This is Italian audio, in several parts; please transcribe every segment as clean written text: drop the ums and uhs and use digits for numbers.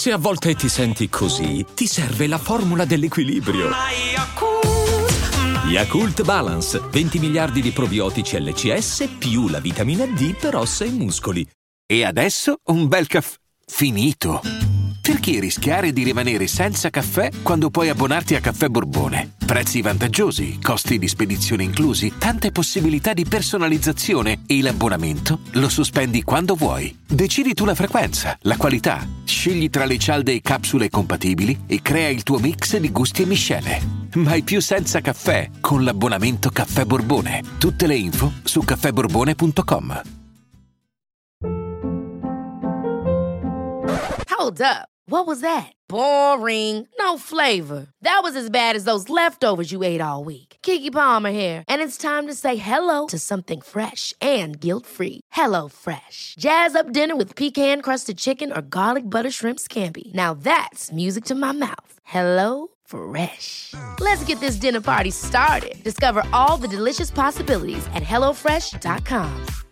Se a volte ti senti così, ti serve la formula dell'equilibrio. Yakult Balance, 20 miliardi di probiotici LCS più la vitamina D per ossa e muscoli. E adesso un bel caffè finito. Perché rischiare di rimanere senza caffè quando puoi abbonarti a Caffè Borbone? Prezzi vantaggiosi, costi di spedizione inclusi, tante possibilità di personalizzazione e l'abbonamento lo sospendi quando vuoi. Decidi tu la frequenza, la qualità, scegli tra le cialde e capsule compatibili e crea il tuo mix di gusti e miscele. Mai più senza caffè con l'abbonamento Caffè Borbone. Tutte le info su caffèborbone.com. Hold up. What was that? Boring. No flavor. That was as bad as those leftovers you ate all week. Keke Palmer here, and it's time to say hello to something fresh and guilt-free. Hello Fresh. Jazz up dinner with pecan-crusted chicken or garlic butter shrimp scampi. Now that's music to my mouth. Hello Fresh. Let's get this dinner party started. Discover all the delicious possibilities at hellofresh.com.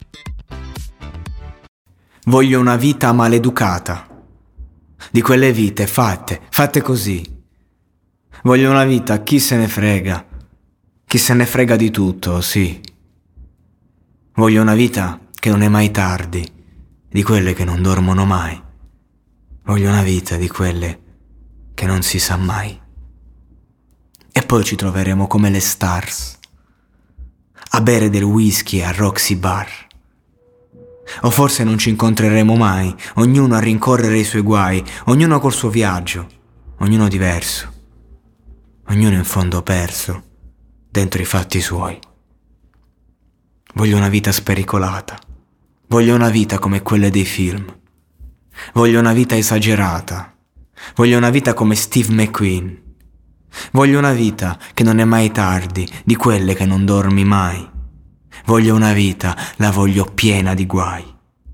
Voglio una vita maleducata. Di quelle vite fatte così. Voglio una vita, chi se ne frega di tutto, sì. Voglio una vita che non è mai tardi, di quelle che non dormono mai. Voglio una vita di quelle che non si sa mai. E poi ci troveremo come le stars, a bere del whisky a Roxy Bar. O forse non ci incontreremo mai, ognuno a rincorrere i suoi guai, ognuno col suo viaggio, ognuno diverso, ognuno in fondo perso, dentro i fatti suoi. Voglio una vita spericolata, voglio una vita come quelle dei film, voglio una vita esagerata, voglio una vita come Steve McQueen, voglio una vita che non è mai tardi, di quelle che non dormi mai. Voglio una vita, la voglio piena di guai.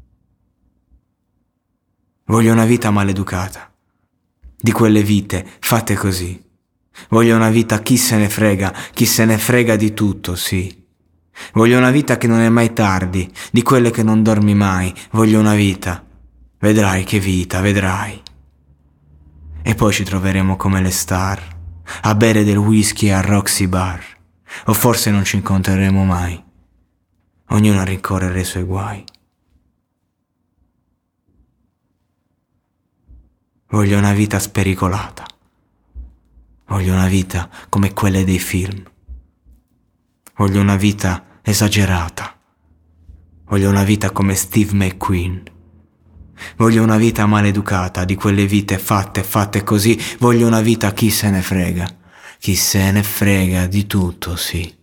Voglio una vita maleducata, di quelle vite fatte così. Voglio una vita chi se ne frega di tutto, sì. Voglio una vita che non è mai tardi, di quelle che non dormi mai. Voglio una vita, vedrai che vita, vedrai. E poi ci troveremo come le star, a bere del whisky a Roxy Bar. O forse non ci incontreremo mai, ognuno a rincorrere i suoi guai. Voglio una vita spericolata. Voglio una vita come quelle dei film. Voglio una vita esagerata. Voglio una vita come Steve McQueen. Voglio una vita maleducata, di quelle vite fatte così. Voglio una vita chi se ne frega di tutto, sì.